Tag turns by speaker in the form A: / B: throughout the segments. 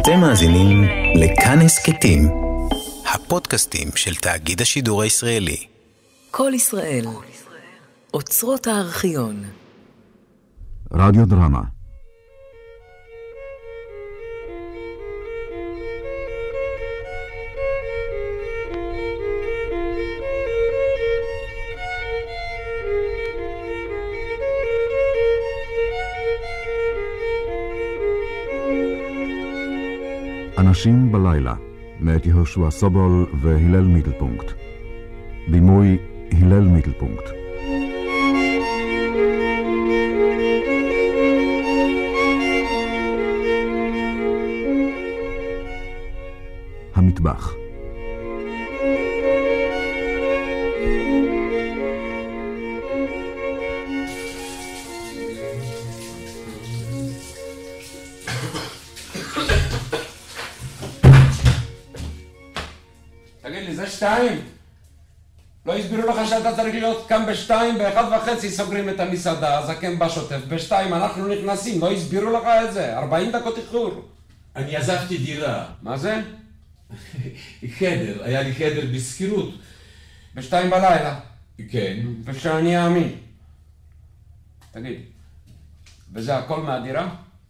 A: אתם מאזינים לכאן הסכתים, הפודקאסטים של תאגיד השידור הישראלי.
B: כל ישראל, אוצרות הארכיון.
C: רדיו דרמה. אנשים בלילה, מאת יהושע סובול והלל מיטלפונקט. בימוי הלל מיטלפונקט. המטבח.
D: תגיד לי, זה 2? לא הסבירו לך שאתה צריך להיות כאן ב2, ב1:30 סוגרים את המסעדה, אז הקם בשוטף, ב2 אנחנו נכנסים, לא הסבירו לך את זה, 40 דקות איחור.
E: אני עזבתי דירה.
D: מה זה?
E: חדר, היה לי חדר בסחירות.
D: ב2 בלילה.
E: כן.
D: ושאני אאמין. תגיד, וזה הכל מהדירה?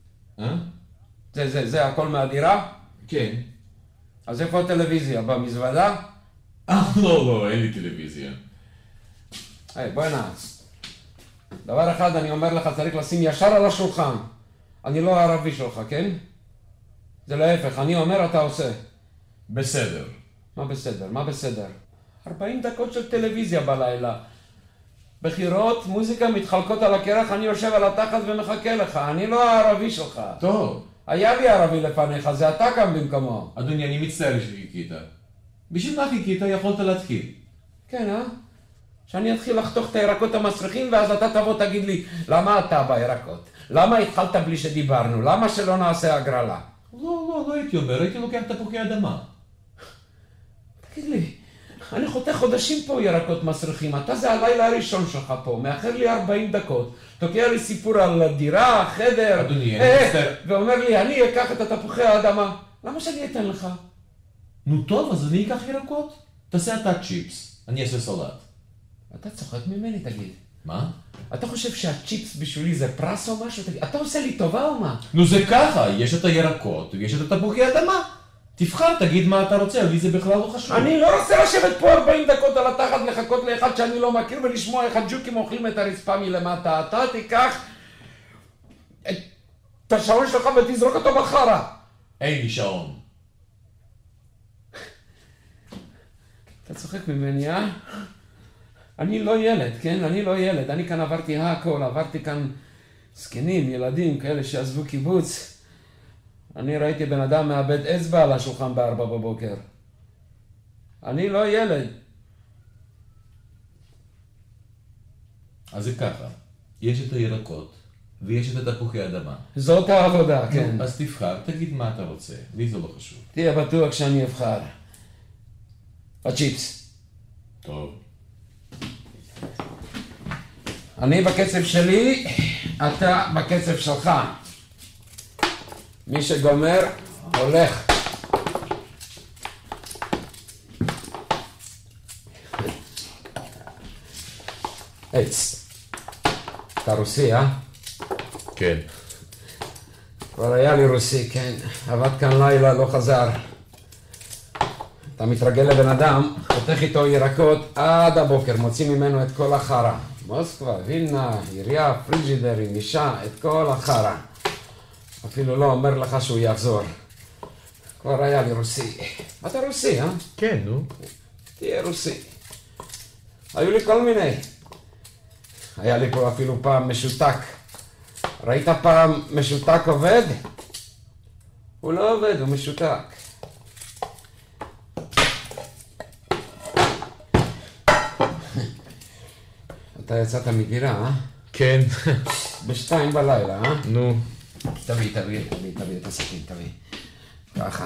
D: זה הכל מהדירה?
E: כן.
D: אז איפה הטלוויזיה? במזוודה?
E: לא, אין לי טלוויזיה.
D: בואי נעץ. דבר אחד אני אומר לך, צריך לשים ישר על השולחן. אני לא הערבי שלך, כן? זה להפך, אני אומר אתה עושה.
E: בסדר.
D: מה בסדר? מה בסדר? 40 דקות של טלוויזיה בלילה. בחירות, מוזיקה מתחלקות על הקרח, אני יושב על התחת ומחכה לך. אני לא הערבי שלך.
E: טוב.
D: היה לי ערבי לפניך, זה אתה גם במקומו.
E: אדוני, אני מצטער שחיכית. בשביל מה חיכית? יכולת להתחיל.
D: כן, שאני אתחיל לחתוך את הירקות המסריחים, ואז אתה תבוא תגיד לי, למה אתה בירקות? למה התחלת בלי שדיברנו? למה שלא נעשה הגרלה?
E: לא הייתי אומר, הייתי לוקח תפוחי אדמה.
D: תגיד לי, אני חותך חודשים פה ירקות מסריחים, אתה זה הלילה הראשון שלך פה, מאחר לי 40 דקות, תוקע לי סיפור על דירה, חדר,
E: אדוני, אני מצטער.
D: ואומר לי, אני אקח את התפוחי האדמה. למה שאני אתן לך?
E: נו טוב, אז אני אקח ירקות. תעשה אתה צ'יפס, אני אעשה סלט.
D: אתה צוחק ממני, תגיד.
E: מה?
D: אתה חושב שהצ'יפס בשבילי זה פרס או משהו? תגיד, אתה עושה לי טובה או מה?
E: נו זה ככה, יש את הירקות ויש את התפוחי אדמה. תבחר, תגיד מה אתה רוצה, לי זה בכלל לא חשוב.
D: אני לא רוצה לשבת פה 40 דקות על התחת לחכות לאחד שאני לא מכיר ולשמוע איך הג'וקים אוכלים את הרצפה מלמטה. אתה תיקח את השעון שלך ותזרוק אותו בחרה.
E: אין לי שעון.
D: אתה צוחק ממני, אני לא ילד, כן? אני לא ילד. אני כאן עברתי הכל, עברתי כאן זקנים, ילדים, כאלה שעזבו קיבוץ. אני ראיתי בן אדם מאבד אצבע על השולחן ב4 בבוקר. אני לא ילד.
E: אז זה ככה, יש את הירקות ויש את התפוחי אדמה.
D: זאת העבודה, כן.
E: אז תבחר, תגיד מה אתה רוצה, לי זה לא חשוב.
D: תהיה בטוח שאני אבחר. הצ'יפס.
E: טוב.
D: אני בקצב שלי, אתה בקצב שלך. מי שגומר, הולך. עץ. אתה רוסי,
E: כן.
D: כבר היה לי רוסי, כן. עבד כאן לילה, לא חזר. אתה מתרגל לבן אדם, חותך איתו ירקות עד הבוקר, מוציא ממנו את כל החרה. מוסקבה, וילנה, עירייה, פריג'ידרים, אישה, את כל החרה. אפילו לא אומר לך שהוא יחזור. כבר היה לי רוסי. אתה רוסי,
E: כן, נו.
D: תהיה רוסי. היו לי כל מיני. היה לי פה אפילו פעם משותק. ראית פעם משותק עובד? הוא לא עובד, הוא משותק. אתה יצאת מדירה,
E: כן.
D: ב2 בלילה,
E: נו.
D: תביא את הסכין, תביא. ככה,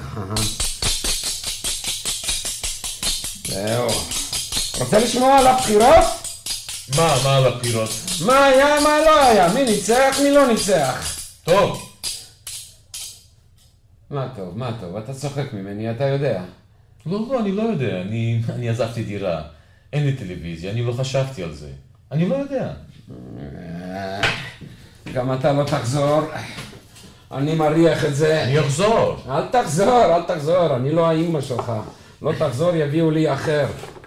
D: זהו. רוצה לשמוע על הבחירות?
E: מה על הבחירות?
D: מה היה, מה לא היה? מי ניצח, מי לא ניצח?
E: טוב.
D: מה טוב, אתה צוחק ממני, אתה יודע.
E: לא, אני לא יודע. אני עזבתי דירה. אין לי טלוויזיה, אני לא חשבתי על זה. אני לא יודע.
D: גם אתה לא תחזור. אני מריח את זה.
E: אני אחזור.
D: אל תחזור, אני לא האמא שלך. לא תחזור, יביאו לי אחר.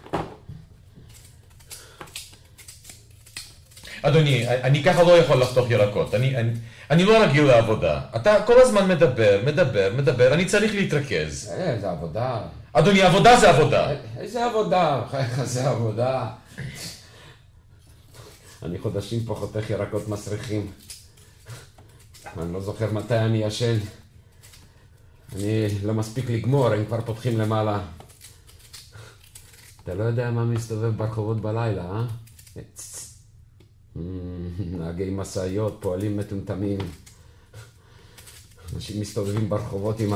D: אדוני,
E: אני ככה לא יכול לחתוך ירקות. אני לא רגיל לעבודה. אתה כל הזמן מדבר, אני צריך להתרכז.
D: זה עבודה.
E: אדוני, עבודה זה עבודה.
D: איזה עבודה? חייך, זה עבודה. אני חודשים פה חותך ירקות מסריחים. אני לא זוכר מתי אני ישן. אני לא מספיק לגמור, הם כבר פותחים למעלה. אתה לא יודע מה מסתובב ברחובות בלילה, אה? נהגי מסעיות, פועלים מטומטמים. אנשים מסתובבים ברחובות עם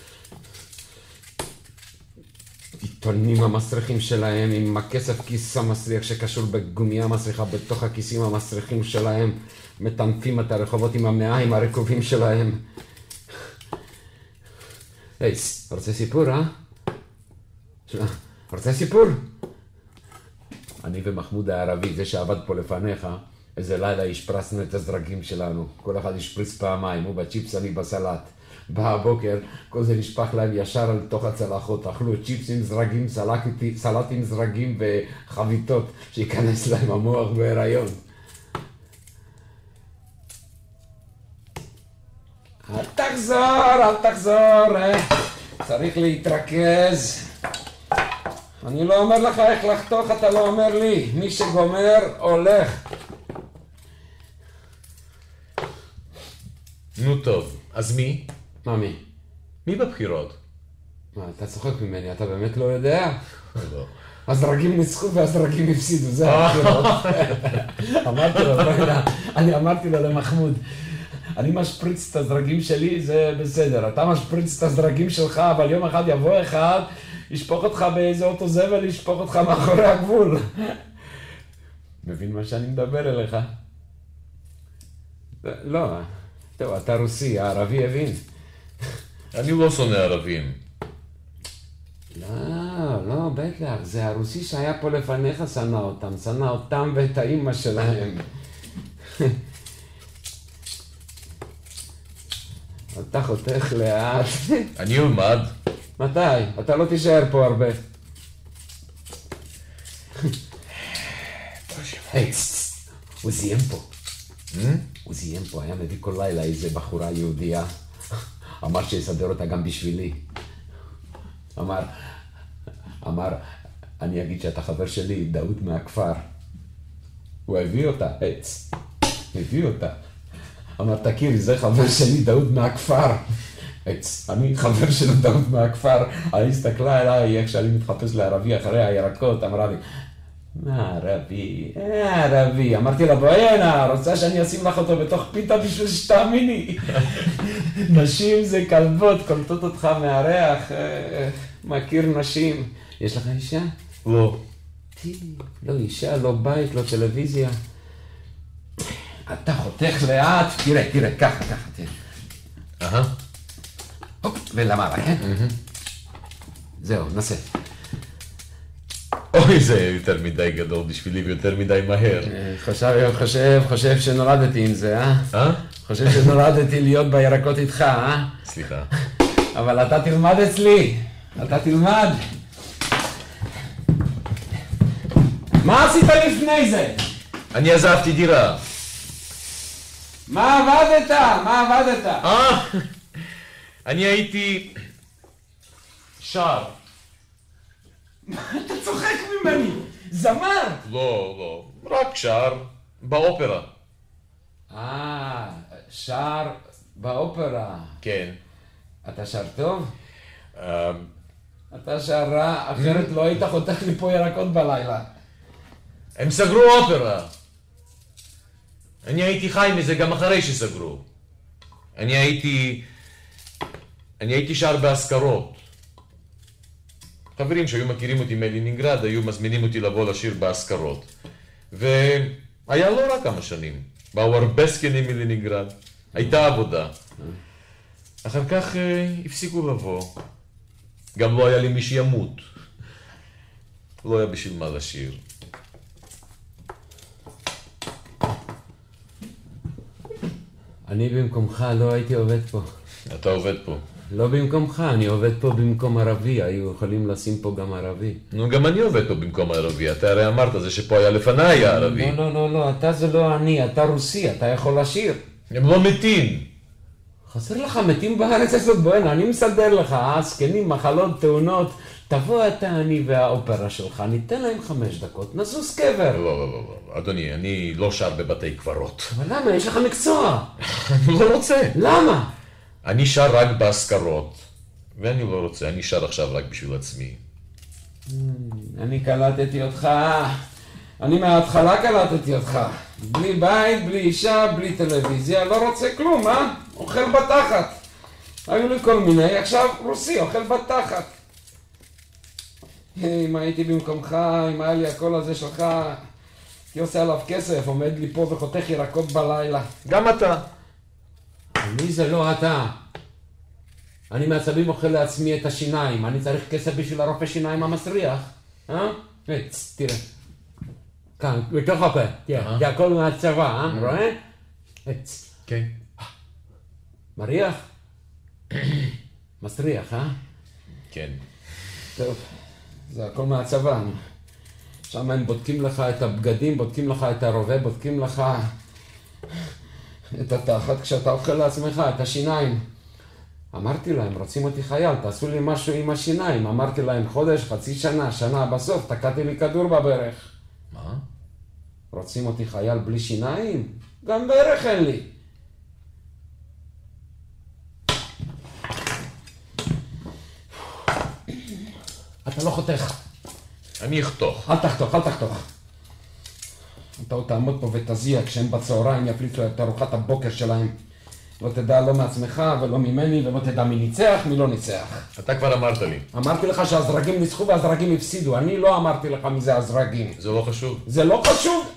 D: העיתונים המסריחים שלהם, עם הכסף כיס המסריח שקשור בגומיה המסריחה בתוך הכיסים המסריחים שלהם, מטנפים את הרחובות עם המעיים הרקובים שלהם. היי, רוצה סיפור, אה? רוצה סיפור? אני ומחמוד הערבי, זה שעבד פה לפניך, איזה לילה השפרסנו את הזרגים שלנו. כל אחד השפריס פעמיים, הוא בצ'יפס, אני בסלט. בא הבוקר, כל זה נשפך להם ישר על תוך הצלחות. אכלו צ'יפסים, זרגים, סלטים, זרגים וחביתות, שיכנס להם המוח בהיריון. אל תחזור, צריך להתרכז. אני לא אומר לך איך לחתוך, אתה לא אומר לי. מי שגומר, הולך.
E: נו טוב, אז מי?
D: מה מי?
E: מי בבחירות?
D: מה, אתה צוחק ממני, אתה באמת לא יודע?
E: לא.
D: הזרגים ניצחו והזרגים הפסידו, זה הבחירות. אמרתי לו למחמוד, אני משפריץ את הזרגים שלי, זה בסדר. אתה משפריץ את הזרגים שלך, אבל יום אחד יבוא אחד, ישפוך אותך באיזה אוטו זבל, ישפוך אותך מאחורי הגבול. מבין מה שאני מדבר אליך? לא, טוב, אתה רוסי, הערבי הבין.
E: אני לא שונא ערבים.
D: לא, בטח, זה הרוסי שהיה פה לפניך שנא אותם ואת האמא שלהם. אתה חותך לאט.
E: אני אלמד.
D: מתי? אתה לא תישאר פה הרבה. היי, הוא זיהם פה. הוא זיהם פה, היה מביא כל לילה איזה בחורה יהודייה. אמר שיסדר אותה גם בשבילי. אמר, אני אגיד שאתה חבר שלי, דאוד מהכפר. הוא הביא אותה, הביא אותה. אמר, תכירי, זה חבר שלי, דאוד מהכפר. אני חבר של דאוד מהכפר. היא הסתכלה אליי, איך שאני מתחפש לערבי אחרי הירקות, אמרה לי, ערבי. אמרתי לה, בואי הנה, רוצה שאני אשים לך אותו בתוך פיתה בשביל שתאמיני. נשים זה כלבות, קולטות אותך מהריח, מכיר נשים. יש לך אישה?
E: לא.
D: לא אישה, לא בית, לא טלוויזיה. אתה חותך לאט, תראה, ככה, תראה. ולמעלה, כן? זהו, נסה.
E: אוי, זה יותר מדי גדול בשבילי ויותר מדי מהר.
D: חושב שנולדתי עם זה, אה? חושב שנולדתי להיות בירקות איתך, אה?
E: סליחה.
D: אבל אתה תלמד אצלי, אתה תלמד. מה עשית לפני זה?
E: אני עזבתי דירה.
D: מה עבדת?
E: אני הייתי שר.
D: אתה צוחק ממני, זמר.
E: לא, רק שר באופרה.
D: שר באופרה.
E: כן.
D: אתה שר טוב? אתה שר רע, אחרת לא היית חותך לי פה ירקות בלילה.
E: הם סגרו אופרה. אני הייתי חי מזה גם אחרי שסגרו. אני הייתי שר באזכרות. חברים שהיו מכירים אותי מלנינגרד היו מזמינים אותי לבוא לשיר באזכרות. והיה לא רק כמה שנים. באו הרבה זקנים מלנינגרד. הייתה עבודה. אחר כך הפסיקו לבוא. גם לא היה לי מי שימות. לא היה בשביל מה לשיר.
D: אני במקומך לא הייתי עובד פה.
E: אתה עובד פה.
D: לא במקומך, אני עובד פה במקום ערבי, היו יכולים לשים פה גם ערבי.
E: נו, גם אני עובד פה במקום ערבי. אתה הרי אמרת, זה שפה היה לפניי היה ערבי.
D: לא, אתה זה לא אני, אתה רוסי, אתה יכול לשיר.
E: הם לא מתים.
D: חסר לך מתים בארץ הזאת, בואנה, אני מסדר לך, זקנים, מחלות, תאונות. תבוא אתה, אני והאופרה שלך, ניתן להם 5 דקות, נזוז קבר.
E: לא, אדוני, אני לא שר בבתי קברות.
D: אבל למה? יש לך מקצוע.
E: אני לא רוצה.
D: למה?
E: אני שר רק בהזכרות, ואני לא רוצה, אני שר עכשיו רק בשביל עצמי.
D: אני קלטתי אותך, אני מההתחלה קלטתי אותך. בלי בית, בלי אישה, בלי טלוויזיה, לא רוצה כלום, אוכל בתחת. היו לי כל מיני, עכשיו רוסי, אוכל בתחת. אם הייתי במקומך, אם היה לי הקול הזה שלך, הייתי עושה עליו כסף, עומד לי פה וחותך ירקות בלילה.
E: גם אתה.
D: אני זה לא אתה. אני מעצבים אוכל לעצמי את השיניים, אני צריך כסף בשביל הרופא שיניים המסריח. תראה. כאן, בתוך הפה, תראה, זה הכל מהצבא, רואה?
E: כן.
D: מריח? מסריח,
E: כן.
D: טוב, זה הכל מהצבא. שם הם בודקים לך את הבגדים, בודקים לך את הרובה, בודקים לך את התחת כשאתה אוכל לעצמך, את השיניים. אמרתי להם, רוצים אותי חייל, תעשו לי משהו עם השיניים. אמרתי להם חודש, חצי שנה, שנה, בסוף תקעתי לי כדור בברך.
E: מה?
D: רוצים אותי חייל בלי שיניים? גם ברך אין לי. אתה לא חותך.
E: אני אחתוך.
D: אל תחתוך. אתה עוד תעמוד פה ותזיע כשהם בצהריים יפליצו את ארוחת הבוקר שלהם. לא תדע לא מעצמך ולא ממני ולא תדע מי ניצח, מי לא ניצח.
E: אתה כבר אמרת לי.
D: אמרתי לך שהזרגים ניצחו והזרגים הפסידו. אני לא אמרתי לך מי זה הזרגים.
E: זה לא חשוב.
D: זה לא חשוב.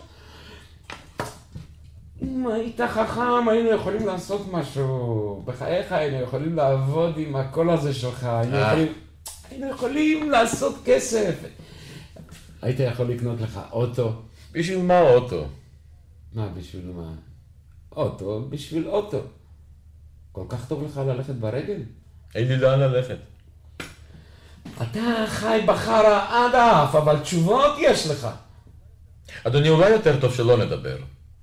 D: אם היית חכם, היינו יכולים לעשות משהו. בחייך היינו יכולים לעבוד עם הקול הזה שלך. היינו יכולים לעשות כסף. היית יכול לקנות לך אוטו.
E: בשביל מה אוטו?
D: מה בשביל מה? אוטו בשביל אוטו. כל כך טוב לך ללכת ברגל?
E: אין לי לאן ללכת.
D: אתה חי בחרה עד האף, אבל תשובות יש לך.
E: אדוני, אולי יותר טוב שלא נדבר.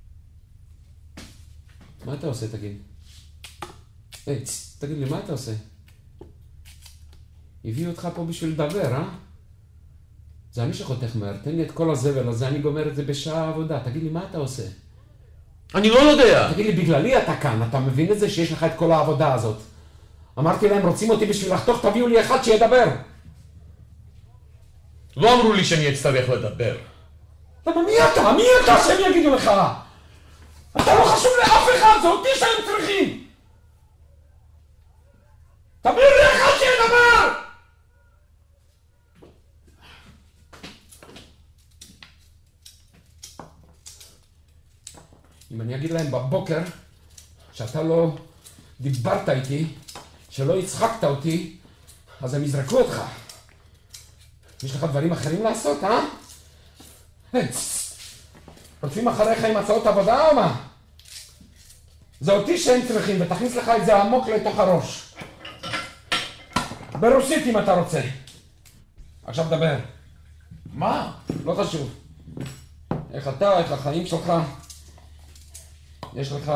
D: מה אתה עושה, תגיד? תגיד לי, מה אתה עושה? הביאו אותך פה בשביל לדבר, זה אני שחותך מהר, תן לי את כל הזבל הזה, אני גומר את זה בשעה עבודה. תגיד לי, מה אתה עושה?
E: אני לא יודע.
D: תגיד לי, בגללי אתה כאן, אתה מבין את זה שיש לך את כל העבודה הזאת? אמרתי להם, רוצים אותי בשביל לחתוך, תביאו לי אחד שידבר.
E: לא אמרו לי שאני אצטרך לדבר.
D: למה מי אתה? מי אתה שהם יגידו לך? אתה לא חשוב לאף אחד, זה אותי שהם צריכים. תביאו לי אחד שידבר! אם אני אגיד להם בבוקר שאתה לא דיברת איתי, שלא הצחקת אותי, אז הם יזרקו אותך. יש לך דברים אחרים לעשות, רודפים אחריך עם הצעות עבודה או מה? זה אותי שהם צריכים, ותכניס לך את זה עמוק לתוך הראש. ברוסית אם אתה רוצה. עכשיו דבר.
E: מה?
D: לא חשוב. איך אתה, איך החיים שלך. יש לך...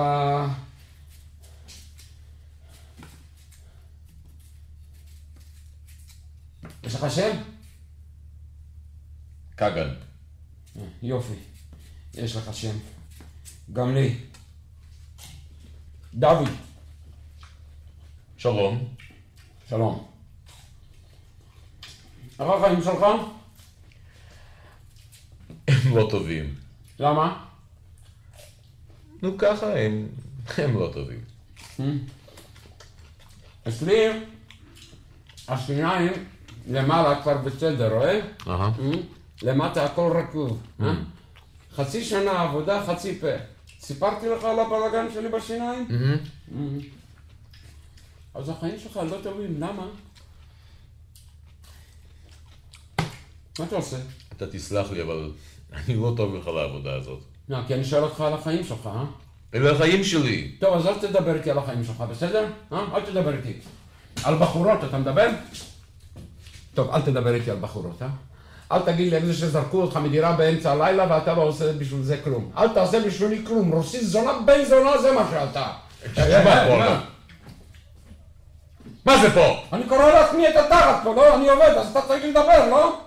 D: יש לך שם?
E: קגן.
D: יופי. יש לך שם. גם לי. דוד.
E: שלום.
D: שלום. איך החיים שלך?
E: הם לא טובים.
D: למה?
E: נו ככה, הם לא טובים.
D: אצלי, השיניים למעלה כבר בסדר, רואה? למטה הכל רקוב. חצי שנה עבודה, חצי פה. סיפרתי לך על הבלגן שלי בשיניים? אז החיים שלך לא טובים, למה? מה אתה עושה?
E: אתה תסלח לי, אבל אני לא טוב לך לעבודה הזאת.
D: כי אני שואל אותך על החיים שלך,
E: אלה החיים שלי.
D: טוב, אז אל תדבר איתי על החיים שלך, בסדר? אל תדבר איתי. על בחורות אתה מדבר? טוב, אל תדבר איתי על בחורות, אל תגיד לי איזה שזרקו אותך מדירה באמצע הלילה ואתה לא עושה בשביל זה כלום. אל תעשה בשבילי כלום, רוסי זונה בן זונה זה מה שאתה.
E: מה זה פה?
D: אני קורא לעצמי את התחת פה, לא? אני עובד, אז אתה צריך לדבר, לא?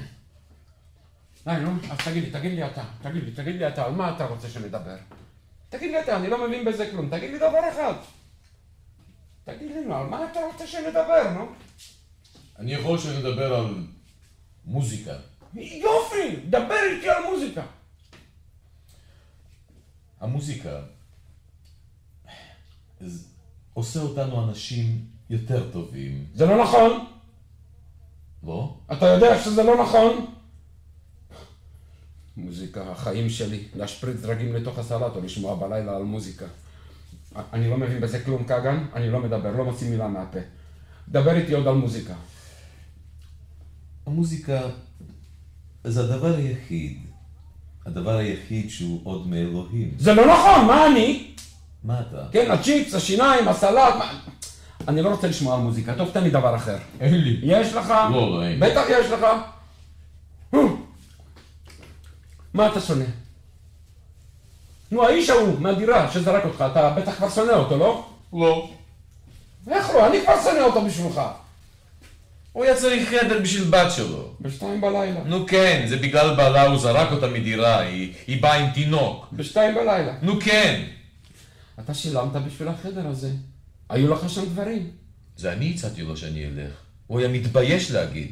D: נו, אז תגיד לי אתה, על מה אתה רוצה שנדבר? תגיד לי אתה, אני לא מבין בזה כלום, תגיד לי דבר אחד. תגיד לי, על מה אתה רוצה שנדבר, נו?
E: אני יכול שנדבר על מוזיקה.
D: יופי, דבר איתי על מוזיקה.
E: המוזיקה עושה אותנו אנשים יותר טובים.
D: זה לא נכון.
E: לא?
D: אתה יודע שזה לא נכון? מוזיקה, החיים שלי, להשפריץ דרגים לתוך הסלט או לשמוע בלילה על מוזיקה. אני לא מבין בזה כלום, קגן, אני לא מדבר, לא מוציא מילה מהפה. דבר איתי עוד על מוזיקה.
E: המוזיקה זה הדבר היחיד שהוא עוד מאלוהים.
D: זה לא נכון, מה אני?
E: מה אתה?
D: כן, הצ'יפס, השיניים, הסלט, אני לא רוצה לשמוע על מוזיקה, טוב, תן לי דבר אחר.
E: אין לי.
D: יש לך?
E: לא, אין.
D: בטח יש לך. מה אתה שונא? נו, האיש ההוא מהדירה שזרק אותך, אתה בטח כבר שונא אותו, לא?
E: לא.
D: איך לא? אני כבר שונא אותו בשבילך.
E: הוא היה צריך חדר בשביל בת שלו.
D: ב2 בלילה.
E: נו כן, זה בגלל בעלה הוא זרק אותה מדירה, היא באה עם תינוק.
D: ב2 בלילה.
E: נו כן.
D: אתה שילמת בשביל החדר הזה. היו לך שם דברים.
E: זה אני הצעתי לו שאני אלך. הוא היה מתבייש להגיד.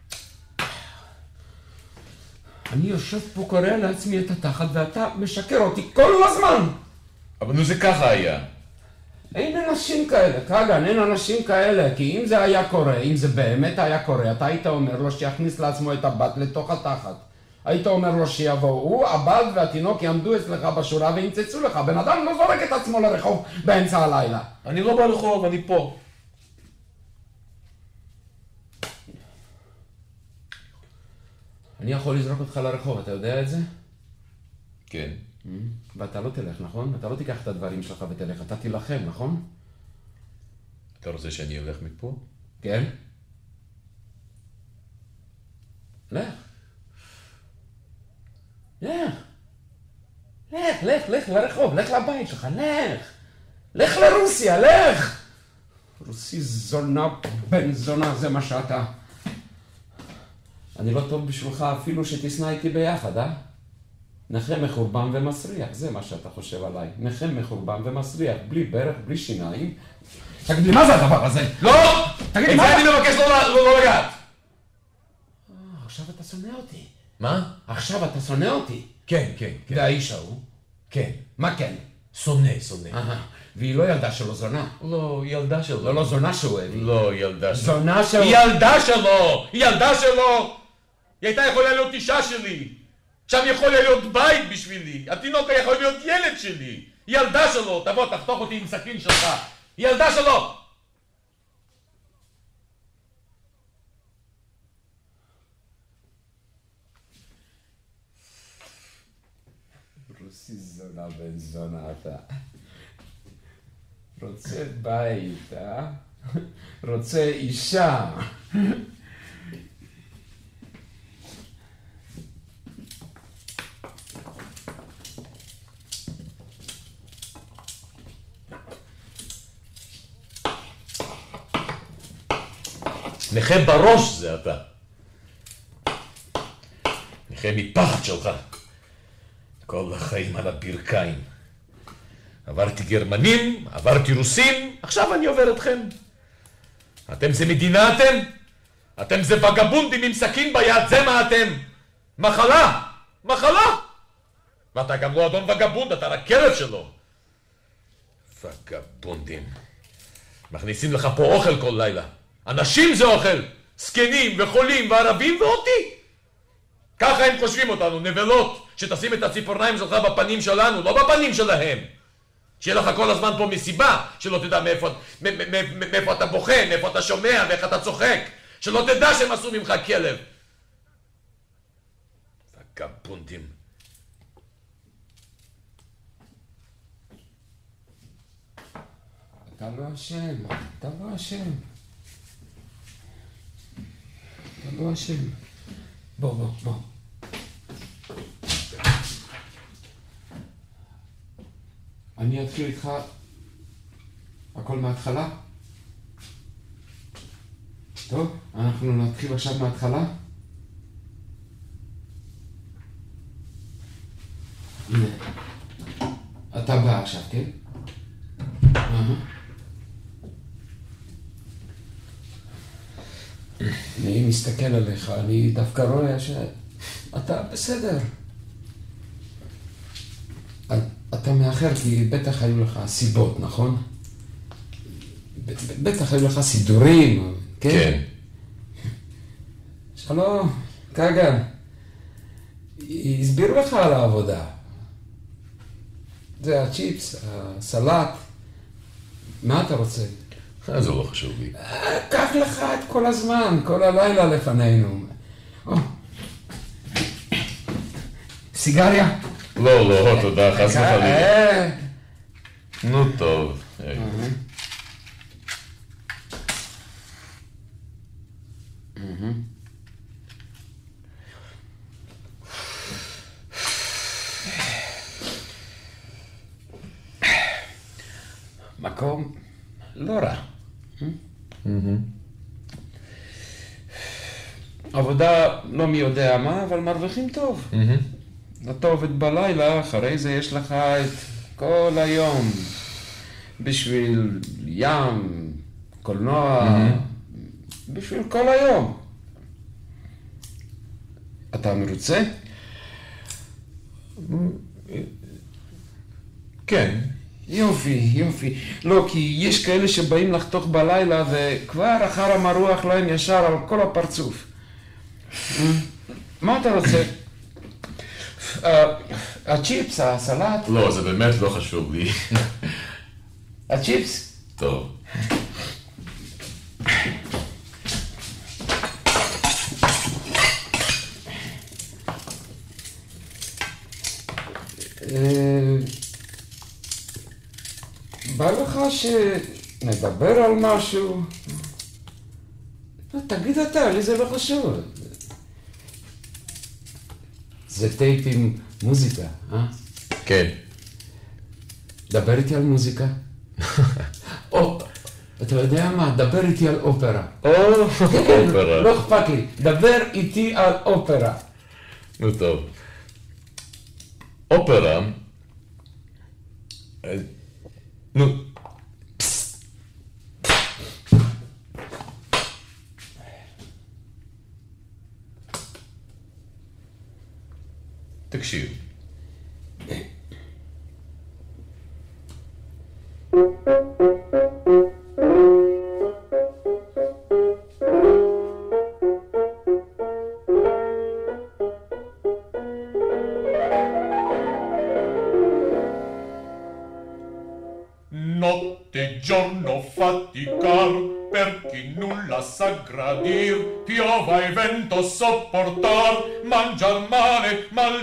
D: אני יושב פה קורא לעצמי את התחת ואתה משקר אותי כל הזמן.
E: אבל נו זה ככה היה.
D: אין אנשים כאלה, קגן, אין אנשים כאלה, כי אם זה היה קורה, אם זה באמת היה קורה, אתה היית אומר לו שיכניס לעצמו את הבת לתוך התחת. היית אומר לו שיבואו, הבת והתינוק יעמדו אצלך בשורה וינצצו לך. בן אדם לא זורק את עצמו לרחוב באמצע הלילה.
E: אני לא ברחוב, אני פה.
D: אני יכול לזרוק אותך לרחוב, אתה יודע את זה?
E: כן.
D: ואתה לא תלך, נכון? אתה לא תיקח את הדברים שלך ותלך, אתה תילחם, נכון?
E: אתה רוצה שאני אלך מפה?
D: כן. לך. לך לרחוב, לך לבית שלך, לך לרוסיה, לך! רוסי זונה, בן זונה, זה מה שאתה. אני לא טוב בשבילך אפילו שתסנע איתי ביחד, נכה מחורבן ומסריח, זה מה שאתה חושב עליי. נכה מחורבן ומסריח, בלי ברך, בלי שיניים. תגיד לי, מה זה הדבר הזה?
E: לא!
D: תגיד לי,
E: את
D: מה
E: זה אני מבקש לא לגעת.
D: עכשיו אתה שונא אותי.
E: מה?
D: עכשיו אתה שונא אותי.
E: כן.
D: והאיש ההוא?
E: כן.
D: מה כן?
E: שונא.
D: והיא לא ילדה שלו זונה.
E: לא, היא ילדה שלו.
D: לא זונה שהוא הביא.
E: לא, ילדה שלו.
D: זונה שלו.
E: היא ילדה שלו! היא הייתה יכולה להיות אישה שלי. שם יכול להיות בית בשבילי. התינוק יכול להיות ילד שלי. היא ילדה שלו. תבוא, תחתוך אותי עם סכין שלך. היא ילדה שלו!
D: רוסי זונה בן זונה אתה. רוצה בית, רוצה אישה.
E: נכה בראש זה אתה. נכה מפחד שלך. כל החיים על הברכיים. עברתי גרמנים, עברתי רוסים, עכשיו אני עובר אתכם. אתם זה מדינה אתם? אתם זה וגבונדים עם סכין ביד, זה מה אתם? מחלה! ואתה גם לא אדון וגבונד, אתה רק כלב שלו. וגבונדים. מכניסים לך פה אוכל כל לילה. אנשים זה אוכל, זקנים וחולים וערבים ואותי. ככה הם חושבים אותנו, נבלות, שתשים את הציפורניים שלך בפנים שלנו, לא בפנים שלהם. שיהיה לך כל הזמן פה מסיבה, שלא תדע מאיפה אתה בוכה, מאיפה אתה שומע ואיך אתה צוחק, שלא תדע שהם עשו ממך כלב. הקפונטים.
D: אתה לא אשם, אתה לא אשם. אתה לא אשם. בוא. אני אתחיל איתך הכל מההתחלה. טוב, אנחנו נתחיל עכשיו מההתחלה. הנה, אתה בא עכשיו, כן? אני מסתכל עליך, אני דווקא רואה שאתה בסדר. אתה מאחר כי בטח היו לך סיבות, נכון? בטח היו לך סידורים, כן?
E: כן.
D: שלום, כגן. הסבירו לך על העבודה. זה הצ'יפס, הסלט. מה אתה רוצה?
E: זה לא חשוב לי.
D: קח לך את כל הזמן, כל הלילה לפנינו. סיגריה?
E: לא, תודה, חס וחלילה. נו טוב.
D: מקום לא רע. עבודה לא מי יודע מה, אבל מרוויחים טוב. אתה עובד בלילה, אחרי זה יש לך את כל היום בשביל ים, קולנוע, בשביל כל היום. אתה מרוצה?
E: כן.
D: יופי. לא, כי יש כאלה שבאים לחתוך בלילה וכבר אחר המרוח להם ישר על כל הפרצוף. מה אתה רוצה? הצ'יפס, הסלט?
E: לא, זה באמת לא חשוב לי.
D: הצ'יפס?
E: טוב.
D: בא לך שנדבר על משהו? תגיד אתה, לי זה לא חשוב. זה טייפ עם מוזיקה, אה?
E: כן.
D: דבר איתי על מוזיקה. אתה יודע מה? דבר איתי על אופרה.
E: אופרה.
D: לא אכפת לי. דבר איתי על אופרה.
E: נו טוב. אופרה... נו. תקשיב.
F: Notte giorno faticar per chi nulla sa gradir, piova e vento sopportar, mangiar male, mal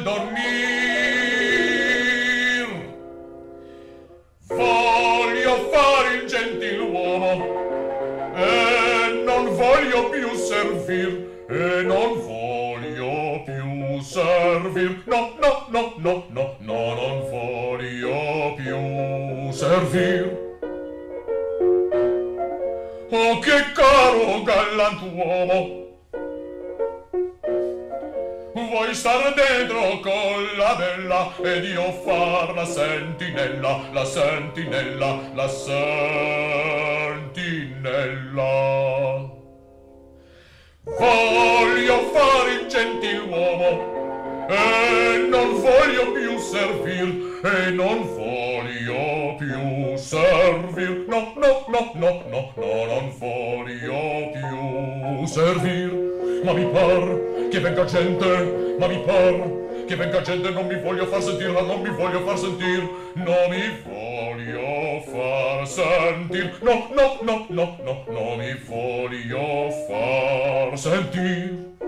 F: dormir. Voglio fare il gentiluomo e non voglio più servir, e non voglio più servir, no, non voglio più servir. Oh, che caro galantuomo, vuoi star dentro con la bella ed io far la sentinella, la sentinella, la sentinella. Voglio fare il gentiluomo e non voglio più servir, e non voglio più servir, no, non voglio più servir. Ma mi par che venga gente, ma mi par che venga gente, non mi voglio far sentir, non mi voglio far sentir, non mi voglio voglio far sentir, no, no, no, no, no, no mi voglio far sentir.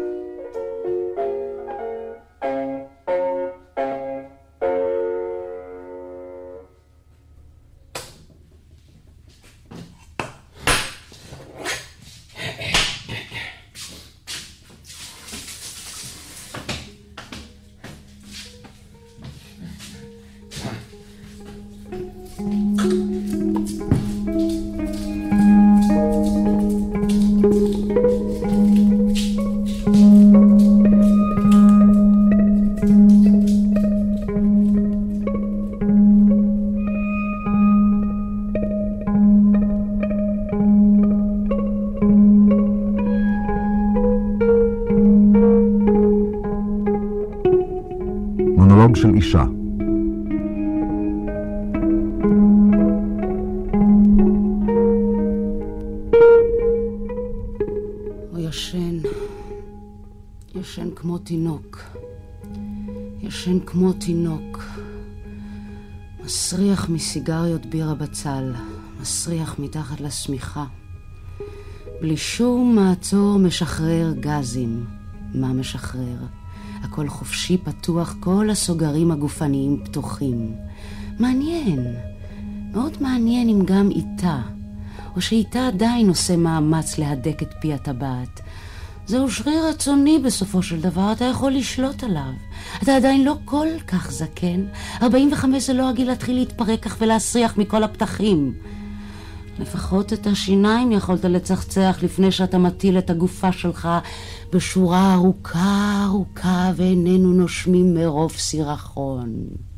C: מונולוג של אישה.
G: הוא ישן כמו תינוק. ישן כמו תינוק. מסריח מסיגריות בירה בצל. מסריח מתחת לשמיכה. בלי שום מעצור משחרר גזים. מה משחרר? הכל חופשי פתוח, כל הסוגרים הגופניים פתוחים. מעניין. מאוד מעניין אם גם איתה. או שאיתה עדיין עושה מאמץ להדק את פי הטבעת. זהו שריר רצוני בסופו של דבר, אתה יכול לשלוט עליו. אתה עדיין לא כל כך זקן. 45 זה לא הגיל להתחיל להתפרק כך ולהסריח מכל הפתחים. לפחות את השיניים יכולת לצחצח לפני שאתה מטיל את הגופה שלך בשורה ארוכה ארוכה ואיננו נושמים מרוב סירחון.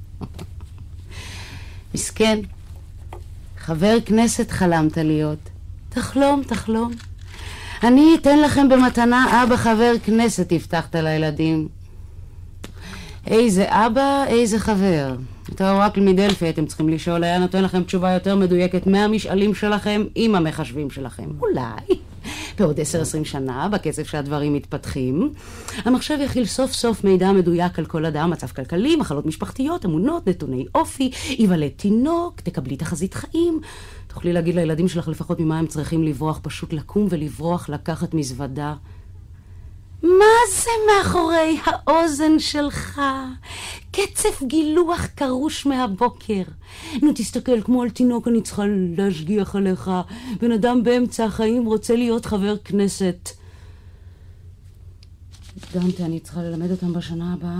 G: מסכן, חבר כנסת חלמת להיות. תחלום, תחלום. אני אתן לכם במתנה אבא חבר כנסת, הבטחת לילדים. איזה אבא, איזה חבר. אתה רק מדלפי, אתם צריכים לשאול, היה נותן לכם תשובה יותר מדויקת מהמשאלים שלכם עם המחשבים שלכם. אולי בעוד 10-20 שנה, בקצב שהדברים מתפתחים, המחשב יכיל סוף סוף מידע מדויק על כל אדם, מצב כלכלי, מחלות משפחתיות, אמונות, נתוני אופי, יוולד תינוק, תקבלי תחזית חיים. תוכלי להגיד לילדים שלך לפחות ממה הם צריכים לברוח, פשוט לקום ולברוח, לקחת מזוודה. מה זה מאחורי האוזן שלך? קצף גילוח קרוש מהבוקר. נו תסתכל, כמו על תינוק אני צריכה להשגיח עליך. בן אדם באמצע החיים רוצה להיות חבר כנסת. דמתי, אני צריכה ללמד אותם בשנה הבאה.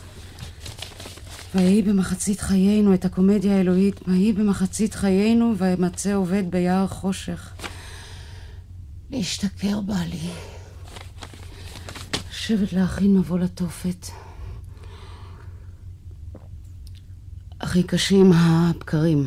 G: ויהי במחצית חיינו, את הקומדיה האלוהית, ויהי במחצית חיינו ומצא עובד ביער חושך. להשתכר בא לי. לשבת להכין מבוא לתופת. הכי קשים הבקרים.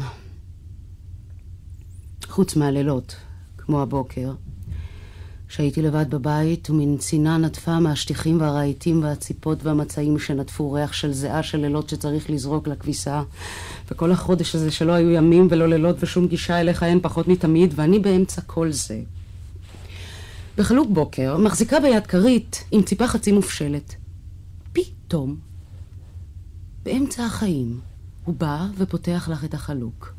G: חוץ מהלילות, כמו הבוקר. שהייתי לבד בבית ומין צינה נטפה מהשטיחים והרהיטים והציפות והמצעים שנטפו ריח של זיעה של לילות שצריך לזרוק לכביסה. וכל החודש הזה שלא היו ימים ולא לילות ושום גישה אליך אין פחות מתמיד, ואני באמצע כל זה. בחלוק בוקר מחזיקה ביד כרית עם ציפה חצי מופשלת. פתאום, באמצע החיים, הוא בא ופותח לך את החלוק.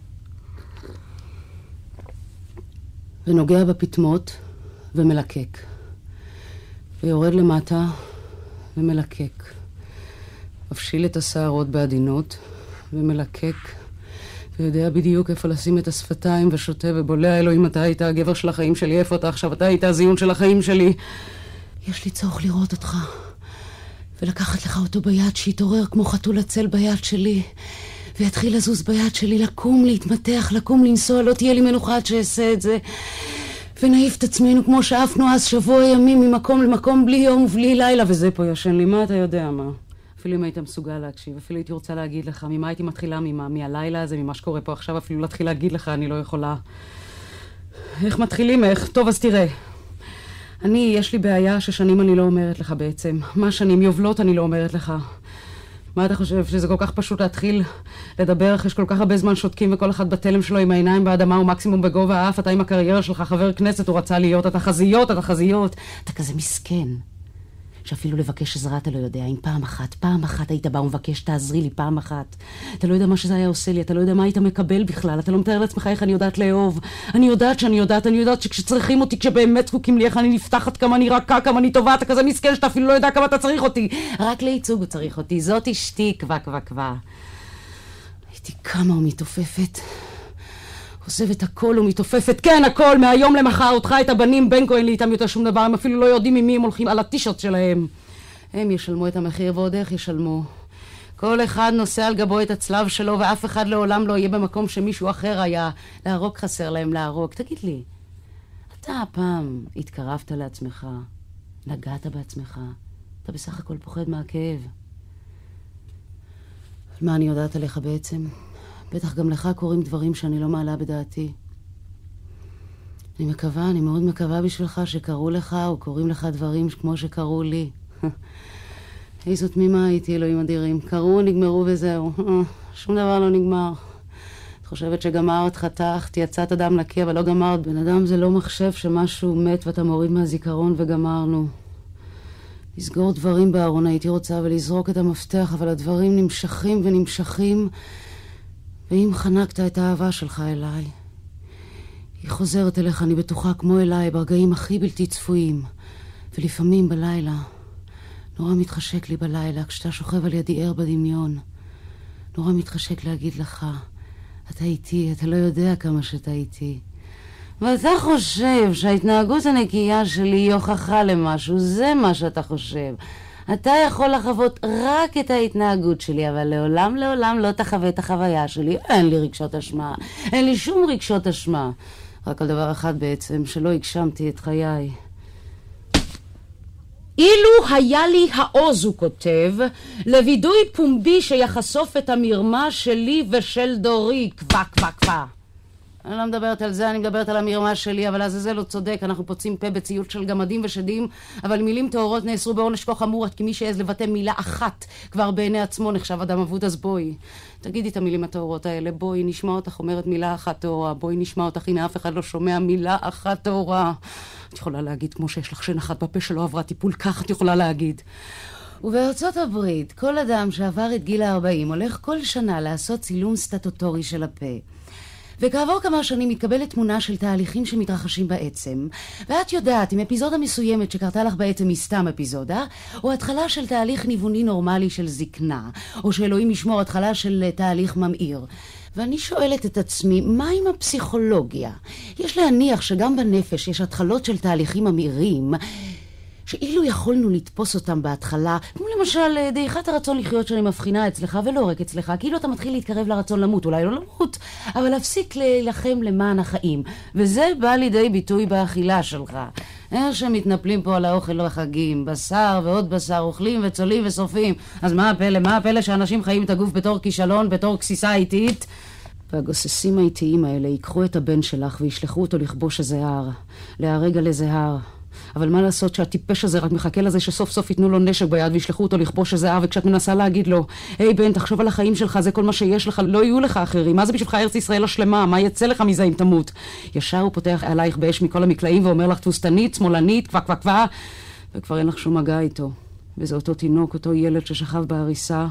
G: ונוגע בפטמות ומלקק. ויורד למטה ומלקק. מפשיל את השערות בעדינות ומלקק. ויודע בדיוק איפה לשים את השפתיים ושותה ובולע. אלוהים, אתה היית הגבר של החיים שלי, איפה אתה עכשיו? אתה היית הזיון של החיים שלי. יש לי צורך לראות אותך ולקחת לך אותו ביד, שיתעורר כמו חתול הצל ביד שלי ויתחיל לזוז ביד שלי, לקום, להתמתח, לקום, לנסוע, לא תהיה לי מנוחה עד שאעשה את זה. ונעיף את עצמנו כמו שאפנו אז שבוע ימים ממקום למקום בלי יום ובלי לילה, וזה פה ישן לי. מה אתה יודע מה? אפילו אם היית מסוגל להקשיב, אפילו הייתי רוצה להגיד לך ממה הייתי מתחילה, מהלילה הזה, ממה שקורה פה עכשיו, אפילו להתחיל להגיד לך, אני לא יכולה. איך מתחילים? איך? טוב, אז תראה. יש לי בעיה ששנים אני לא אומרת לך בעצם. מה שנים? יובלות אני לא אומרת לך. מה אתה חושב? שזה כל כך פשוט להתחיל לדבר אחרי שכל כך הרבה זמן שותקים וכל אחד בתלם שלו עם העיניים באדמה ומקסימום בגובה האף? אתה עם הקריירה שלך חבר כנסת, הוא רצה להיות, אתה חזיות. אתה כזה מסכן. שאפילו לבקש עזרה אתה לא יודע. אם פעם אחת היית בא ומבקש, תעזרי לי פעם אחת. אתה לא יודע מה שזה היה עושה לי, אתה לא יודע מה היית מקבל בכלל, אתה לא מתאר לעצמך איך אני יודעת לאהוב. אני יודעת שכשצריכים אותי, כשבאמת זקוקים לי, איך אני נפתחת, כמה אני רכה, כמה אני טובה, אתה כזה מסכן שאתה אפילו לא יודע כמה אתה צריך אותי. רק לייצוג הוא צריך אותי, זאת אשתי, כבר. הייתי קמה ומתעופפת. עוזבת הכל ומתעופפת, כן הכל, מהיום למחר, אותך את הבנים, בנקו אין לי איתם יותר שום דבר, הם אפילו לא יודעים ממי הם הולכים על הטישרט שלהם. הם ישלמו את המחיר ועוד איך ישלמו. כל אחד נושא על גבו את הצלב שלו, ואף אחד לעולם לא יהיה במקום שמישהו אחר היה. להרוג חסר להם להרוג. תגיד לי, אתה הפעם התקרבת לעצמך, נגעת בעצמך, אתה בסך הכל פוחד מהכאב. מה אני יודעת עליך בעצם? בטח גם לך קוראים דברים שאני לא מעלה בדעתי. אני מאוד מקווה בשבילך שקראו לך או קוראים לך דברים כמו שקראו לי. איזו תמימה הייתי, אלוהים אדירים. קראו, נגמרו וזהו. שום דבר לא נגמר. את חושבת שגמרת, חתכת, יצאת אדם לקי, אבל לא גמרת. בן אדם זה לא מחשב שמשהו מת ואתה מוריד מהזיכרון וגמרנו. לסגור דברים בארון הייתי רוצה ולזרוק את המפתח, אבל הדברים נמשכים ונמשכים. ואם חנקת את האהבה שלך אליי, היא חוזרת אליך, אני בטוחה, כמו אליי, ברגעים הכי בלתי צפויים. ולפעמים בלילה, נורא מתחשק לי בלילה, כשאתה שוכב על ידי ער בדמיון. נורא מתחשק להגיד לך, אתה איתי, אתה לא יודע כמה שאתה איתי. ואתה חושב שההתנהגות הנקייה שלי היא הוכחה למשהו, זה מה שאתה חושב. אתה יכול לחוות רק את ההתנהגות שלי, אבל לעולם לא תחווה את החוויה שלי. אין לי רגשות אשמה, אין לי שום רגשות אשמה. רק על דבר אחד בעצם, שלא הגשמתי את חיי. אילו היה לי העוז, הוא כותב, לוידוי פומבי שיחשוף את המרמה שלי ושל דורי. קווה. אני לא מדברת על זה, אני מדברת על המרמה שלי, אבל אז זה לא צודק, אנחנו פוצעים פה בציוד של גמדים ושדים, אבל מילים טהורות נאסרו בעונש כה חמור, כי מי שיעז לבטא מילה אחת כבר בעיני עצמו נחשב אדם אבוד, אז בואי. תגידי את המילים הטהורות האלה, בואי נשמע אותך אומרת מילה אחת טהורה, בואי נשמע אותך, הנה אף אחד לא שומע מילה אחת טהורה. את יכולה להגיד כמו שיש לך שן אחת בפה שלא עברה טיפול, כך את יכולה להגיד. ובארצות הברית, כל אדם שעבר את גיל 40 הולך כל שנה לעשות צילום סטטוטורי של הפה. וכעבור כמה שנים מתקבלת תמונה של תהליכים שמתרחשים בעצם, ואת יודעת אם אפיזודה מסוימת שקרתה לך בעצם היא סתם אפיזודה, או התחלה של תהליך ניווני נורמלי של זקנה, או שאלוהים ישמור התחלה של תהליך ממאיר. ואני שואלת את עצמי, מה עם הפסיכולוגיה? יש להניח שגם בנפש יש התחלות של תהליכים ממאירים, שאילו יכולנו לתפוס אותם בהתחלה, כמו למשל דעיכת הרצון לחיות שאני מבחינה אצלך ולא רק אצלך, כאילו אתה מתחיל להתקרב לרצון למות, אולי לא למות, אבל להפסיק להילחם למען החיים, וזה בא לידי ביטוי באכילה שלך. איך שמתנפלים פה על האוכל בחגים, בשר ועוד בשר, אוכלים וצולים ושורפים, אז מה הפלא שאנשים חיים את הגוף בתור כישלון, בתור כסיסה איטית? והגוססים האיטיים האלה ייקחו את הבן שלך וישלחו אותו לכבוש איזה הר, להרג על איזה הר. אבל מה לעשות שהטיפש הזה רק מחכה לזה שסוף סוף ייתנו לו נשק ביד וישלחו אותו לכבוש איזה הר, וכשאת מנסה להגיד לו, היי בן, תחשוב על החיים שלך, זה כל מה שיש לך, לא יהיו לך אחרים, מה זה בשבילך ארץ ישראל השלמה, מה יצא לך מזה אם תמות? ישר הוא פותח עלייך באש מכל המקלעים ואומר לך תבוסתנית, שמאלנית, קווה, וכבר אין לך שום מגע איתו. וזה אותו תינוק, אותו ילד ששכב בהריסה,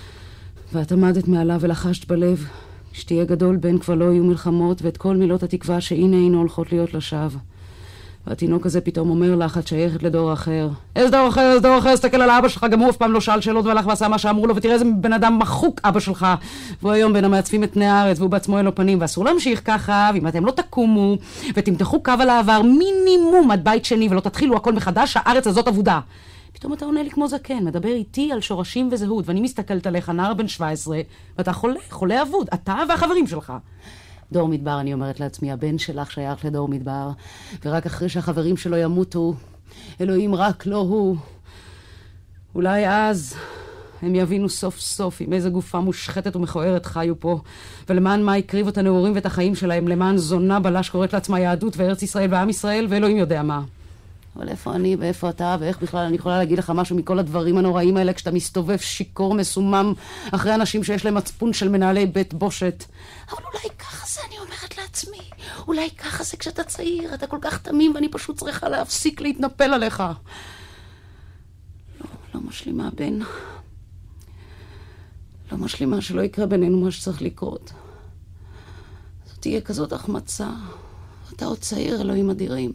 G: ואת עמדת מעליו ולחשת בלב, שתהיה גדול בן כבר לא יהיו מלחמות, ואת כל מילות התקווה שהנה הולכות להיות לשווא. והתינוק הזה פתאום אומר לך, את שייכת לדור אחר. איזה דור אחר, סתכל על האבא שלך, גם הוא אף פעם לא שאל שאלות והלך ועשה מה שאמרו לו, ותראה איזה בן אדם מחוק אבא שלך. והוא היום בין המעצבים את פני הארץ, והוא בעצמו אין לו פנים, ואסור להמשיך ככה, ואם אתם לא תקומו, ותמתחו קו על העבר, מינימום עד בית שני, ולא תתחילו הכל מחדש, הארץ הזאת עבודה. פתאום אתה עונה לי כמו זקן, מדבר איתי על שורשים וזהות, ואני מסתכלת עליך, נער בן 17, ואתה חולה אבוד, אתה והחברים שלך. דור מדבר, אני אומרת לעצמי, הבן שלך שייך לדור מדבר, ורק אחרי שהחברים שלו ימותו, אלוהים רק לא הוא. אולי אז הם יבינו סוף סוף עם איזה גופה מושחתת ומכוערת חיו פה, ולמען מה הקריב את הנעורים ואת החיים שלהם, למען זונה בלה שקוראת לעצמה יהדות וארץ ישראל ועם ישראל, ואלוהים יודע מה. אבל איפה אני ואיפה אתה, ואיך בכלל אני יכולה להגיד לך משהו מכל הדברים הנוראים האלה כשאתה מסתובב שיקור מסומם אחרי אנשים שיש להם מצפון של מנהלי בית בושת. אבל אולי ככה זה, אני אומרת לעצמי, אולי ככה זה כשאתה צעיר, אתה כל כך תמים ואני פשוט צריכה להפסיק להתנפל עליך. משלימה, בן. לא משלימה שלא יקרה בינינו מה שצריך לקרות. זאת תהיה כזאת החמצה. אתה עוד צעיר, אלוהים אדירים.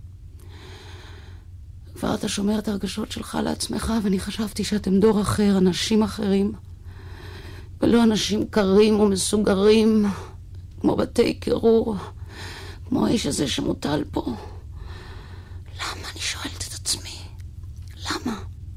G: כבר אתה שומר את הרגשות שלך לעצמך, ואני חשבתי שאתם דור אחר, אנשים אחרים. ולא אנשים קרים ומסוגרים, כמו בתי קירור, כמו האיש הזה שמוטל פה. למה? אני שואלת את עצמי. למה?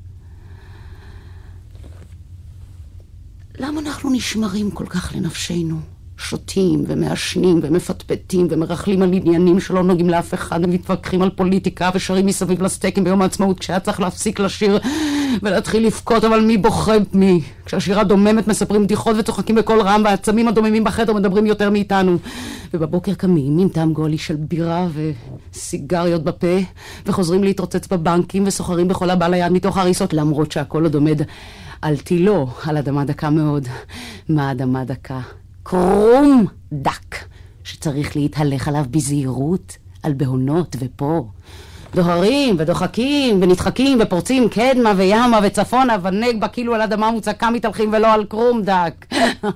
G: למה אנחנו נשמרים כל כך לנפשנו? שותים ומעשנים ומפטפטים ומרחלים על עניינים שלא נוגעים לאף אחד, ומתווכחים על פוליטיקה ושרים מסביב לסטייקים ביום העצמאות, כשהיה צריך להפסיק לשיר ולהתחיל לבכות, אבל מי בוכה מי? כשהשירה דוממת מספרים בדיחות וצוחקים בכל רם, והעצמים הדוממים בחדר מדברים יותר מאיתנו. ובבוקר קמים עם טעם גולי של בירה וסיגריות בפה, וחוזרים להתרוצץ בבנקים וסוחרים בכל הבא ליד מתוך הריסות, למרות שהכל עוד עומד על תילו, על אדמה דקה מאוד. מה אדמה דקה? קרום דק, שצריך להתהלך עליו בזהירות, על בהונות ופה. דוהרים ודוחקים ונדחקים ופורצים קדמה וימה וצפונה ונגבה, כאילו על אדמה מוצקה מתהלכים ולא על קרום דק.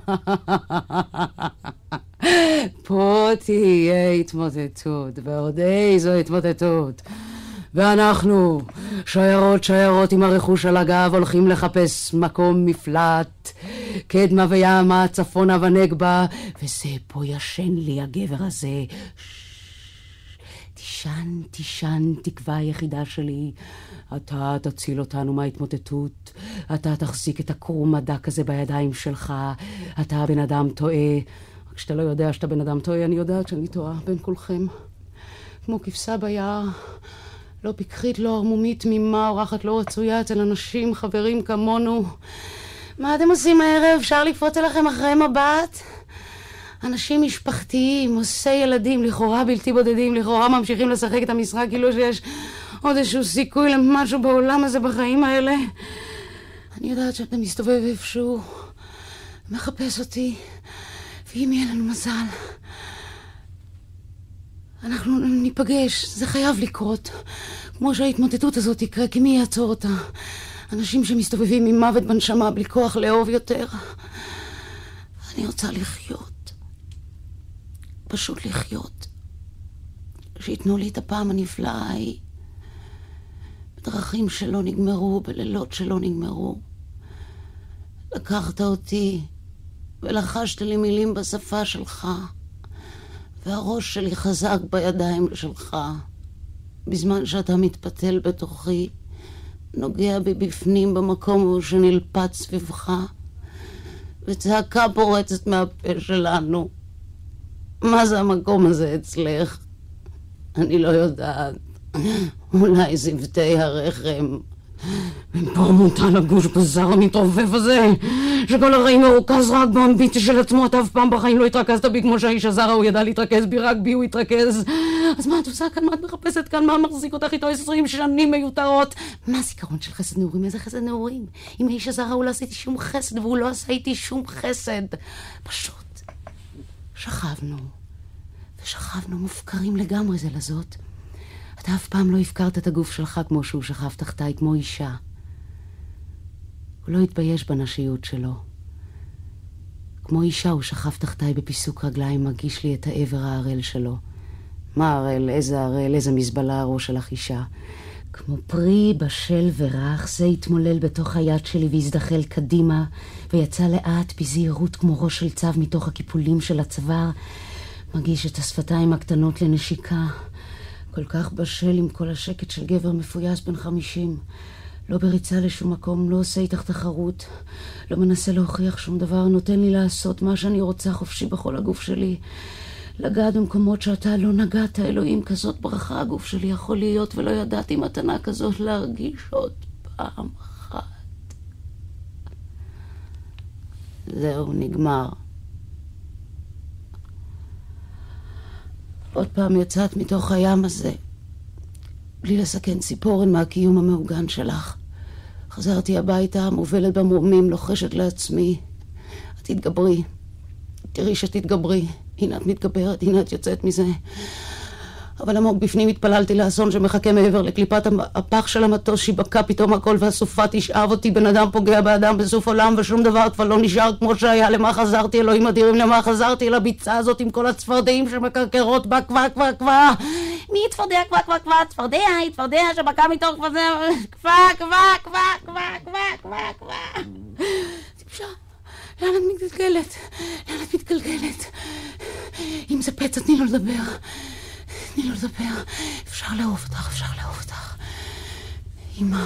G: פה תהיה התמוטטות, ועוד איזו התמוטטות. ואנחנו, שיירות עם הרכוש על הגב, הולכים לחפש מקום מפלט, קדמה וימה, צפונה ונגבה, וזה פה ישן לי הגבר הזה. תישן, תקווה היחידה שלי. אתה תציל אותנו מההתמוטטות, אתה תחזיק את הקרום הדק הזה בידיים שלך, אתה בן אדם טועה. רק שאתה לא יודע שאתה בן אדם טועה, אני יודעת שאני טועה בין כולכם. כמו כבשה ביער, לא פיקחית, לא ערמומית, תמימה, אורחת לא רצויה אצל אנשים, חברים כמונו. מה אתם עושים הערב? אפשר לקפוץ אליכם אחרי מבט? אנשים משפחתיים, עושי ילדים, לכאורה בלתי בודדים, לכאורה ממשיכים לשחק את המשחק, כאילו שיש עוד איזשהו סיכוי למשהו בעולם הזה, בחיים האלה. אני יודעת שאתה מסתובב איפשהו, מחפש אותי, ואם יהיה לנו מזל, אנחנו ניפגש. זה חייב לקרות, כמו שההתמוטטות הזאת תקרה, כי מי יעצור אותה? אנשים שמסתובבים עם מוות בנשמה בלי כוח לאהוב יותר. אני רוצה לחיות, פשוט לחיות, שיתנו לי את הפעם הנפלאה ההיא, בדרכים שלא נגמרו, בלילות שלא נגמרו. לקחת אותי ולחשת לי מילים בשפה שלך, והראש שלי חזק בידיים שלך, בזמן שאתה מתפתל בתוכי, נוגע בי בפנים במקום שנלפץ סביבך, וצעקה פורצת מהפה שלנו. מה זה המקום הזה אצלך? אני לא יודעת. אולי זבטי הרחם. ופה מוטל הגוש בזר המתרופף הזה, שכל הרי מרוכז רק באמביציה של עצמו. אתה אף פעם בחיים לא התרכזת בי כמו שהאיש הזר הוא ידע להתרכז בי, רק בי הוא התרכז. אז מה את עושה כאן? מה את מחפשת כאן? מה מחזיק אותך איתו 20 שנים מיותרות? מה הזיכרון של חסד נעורים? איזה חסד נעורים? עם האיש הזר הוא לא עשיתי שום חסד, והוא לא עשה איתי שום חסד. פשוט שכבנו, ושכבנו מופקרים לגמרי זה לזאת. אתה אף פעם לא הפקרת את הגוף שלך כמו שהוא שכב תחתיי, כמו אישה. הוא לא התבייש בנשיות שלו. כמו אישה הוא שכב תחתיי בפיסוק רגליים, מגיש לי את העבר הערל שלו. מה ערל? איזה ערל? איזה מזבלה הראש שלך אישה. כמו פרי בשל ורח, זה התמולל בתוך היד שלי והזדחל קדימה, ויצא לאט בזהירות כמו ראש של צב מתוך הקיפולים של הצוואר, מגיש את השפתיים הקטנות לנשיקה. כל כך בשל עם כל השקט של גבר מפויס בן 50. לא בריצה לשום מקום, לא עושה איתך תחרות, לא מנסה להוכיח שום דבר, נותן לי לעשות מה שאני רוצה חופשי בכל הגוף שלי. לגעת במקומות שאתה לא נגעת. אלוהים, כזאת ברכה הגוף שלי יכול להיות, ולא ידעתי מתנה כזאת להרגיש עוד פעם אחת. זהו, נגמר. עוד פעם יצאת מתוך הים הזה, בלי לסכן ציפורן מהקיום המעוגן שלך. חזרתי הביתה, מובלת במרומים, לוחשת לעצמי. את תתגברי. תראי שתתגברי. הנה את מתגברת, הנה את יוצאת מזה. אבל עמוק בפנים התפללתי לאסון שמחכה מעבר לקליפת הפח של המטוס שיבקע פתאום הכל והסופה תשאב אותי. בן אדם פוגע באדם בסוף עולם ושום דבר כבר לא נשאר כמו שהיה. למה חזרתי? אלוהים אדירים, למה חזרתי? לביצה הזאת עם כל הצפרדעים שמקרקרות בה קווה קווה קווה. מי יתפרדע קווה קווה קווה? צפרדע שבקע מתוך קווה קווה קווה קווה קווה קווה קווה קווה. טיפשה, לאן את מתגלגלת? לאן את מתגלגלת? אם זה פצע תני לו לדבר. תני לו לדבר. אפשר לאהוב אותך, אפשר לאהוב אותך. אמא,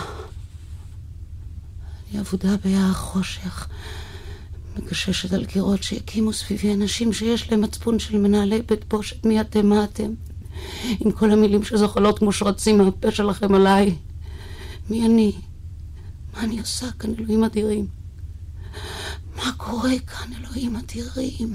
G: אני עבודה ביער החושך, מגששת על קירות שהקימו סביבי אנשים שיש להם מצפון של מנהלי בית בושת. מי אתם, מה אתם? עם כל המילים שזוחלות כמו שרצים מהפה שלכם עליי. מי אני? מה אני עושה כאן, אלוהים אדירים? מה קורה כאן, אלוהים אדירים?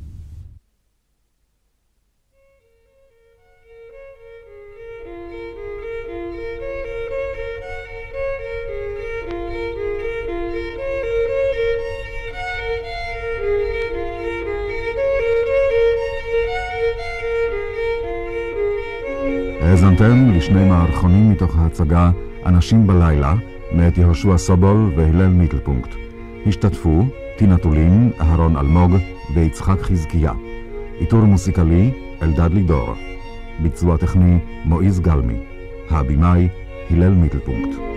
C: האזנתם לשני מערכונים מתוך ההצגה אנשים בלילה, מאת יהושע סובול והלל מיטלפונקט. השתתפו טינה טולין, אהרון אלמוג ויצחק חזקיה. עיטור מוסיקלי אלדד לידור. ביצוע טכני מועיז גלמי. הבימאי הלל מיטלפונקט.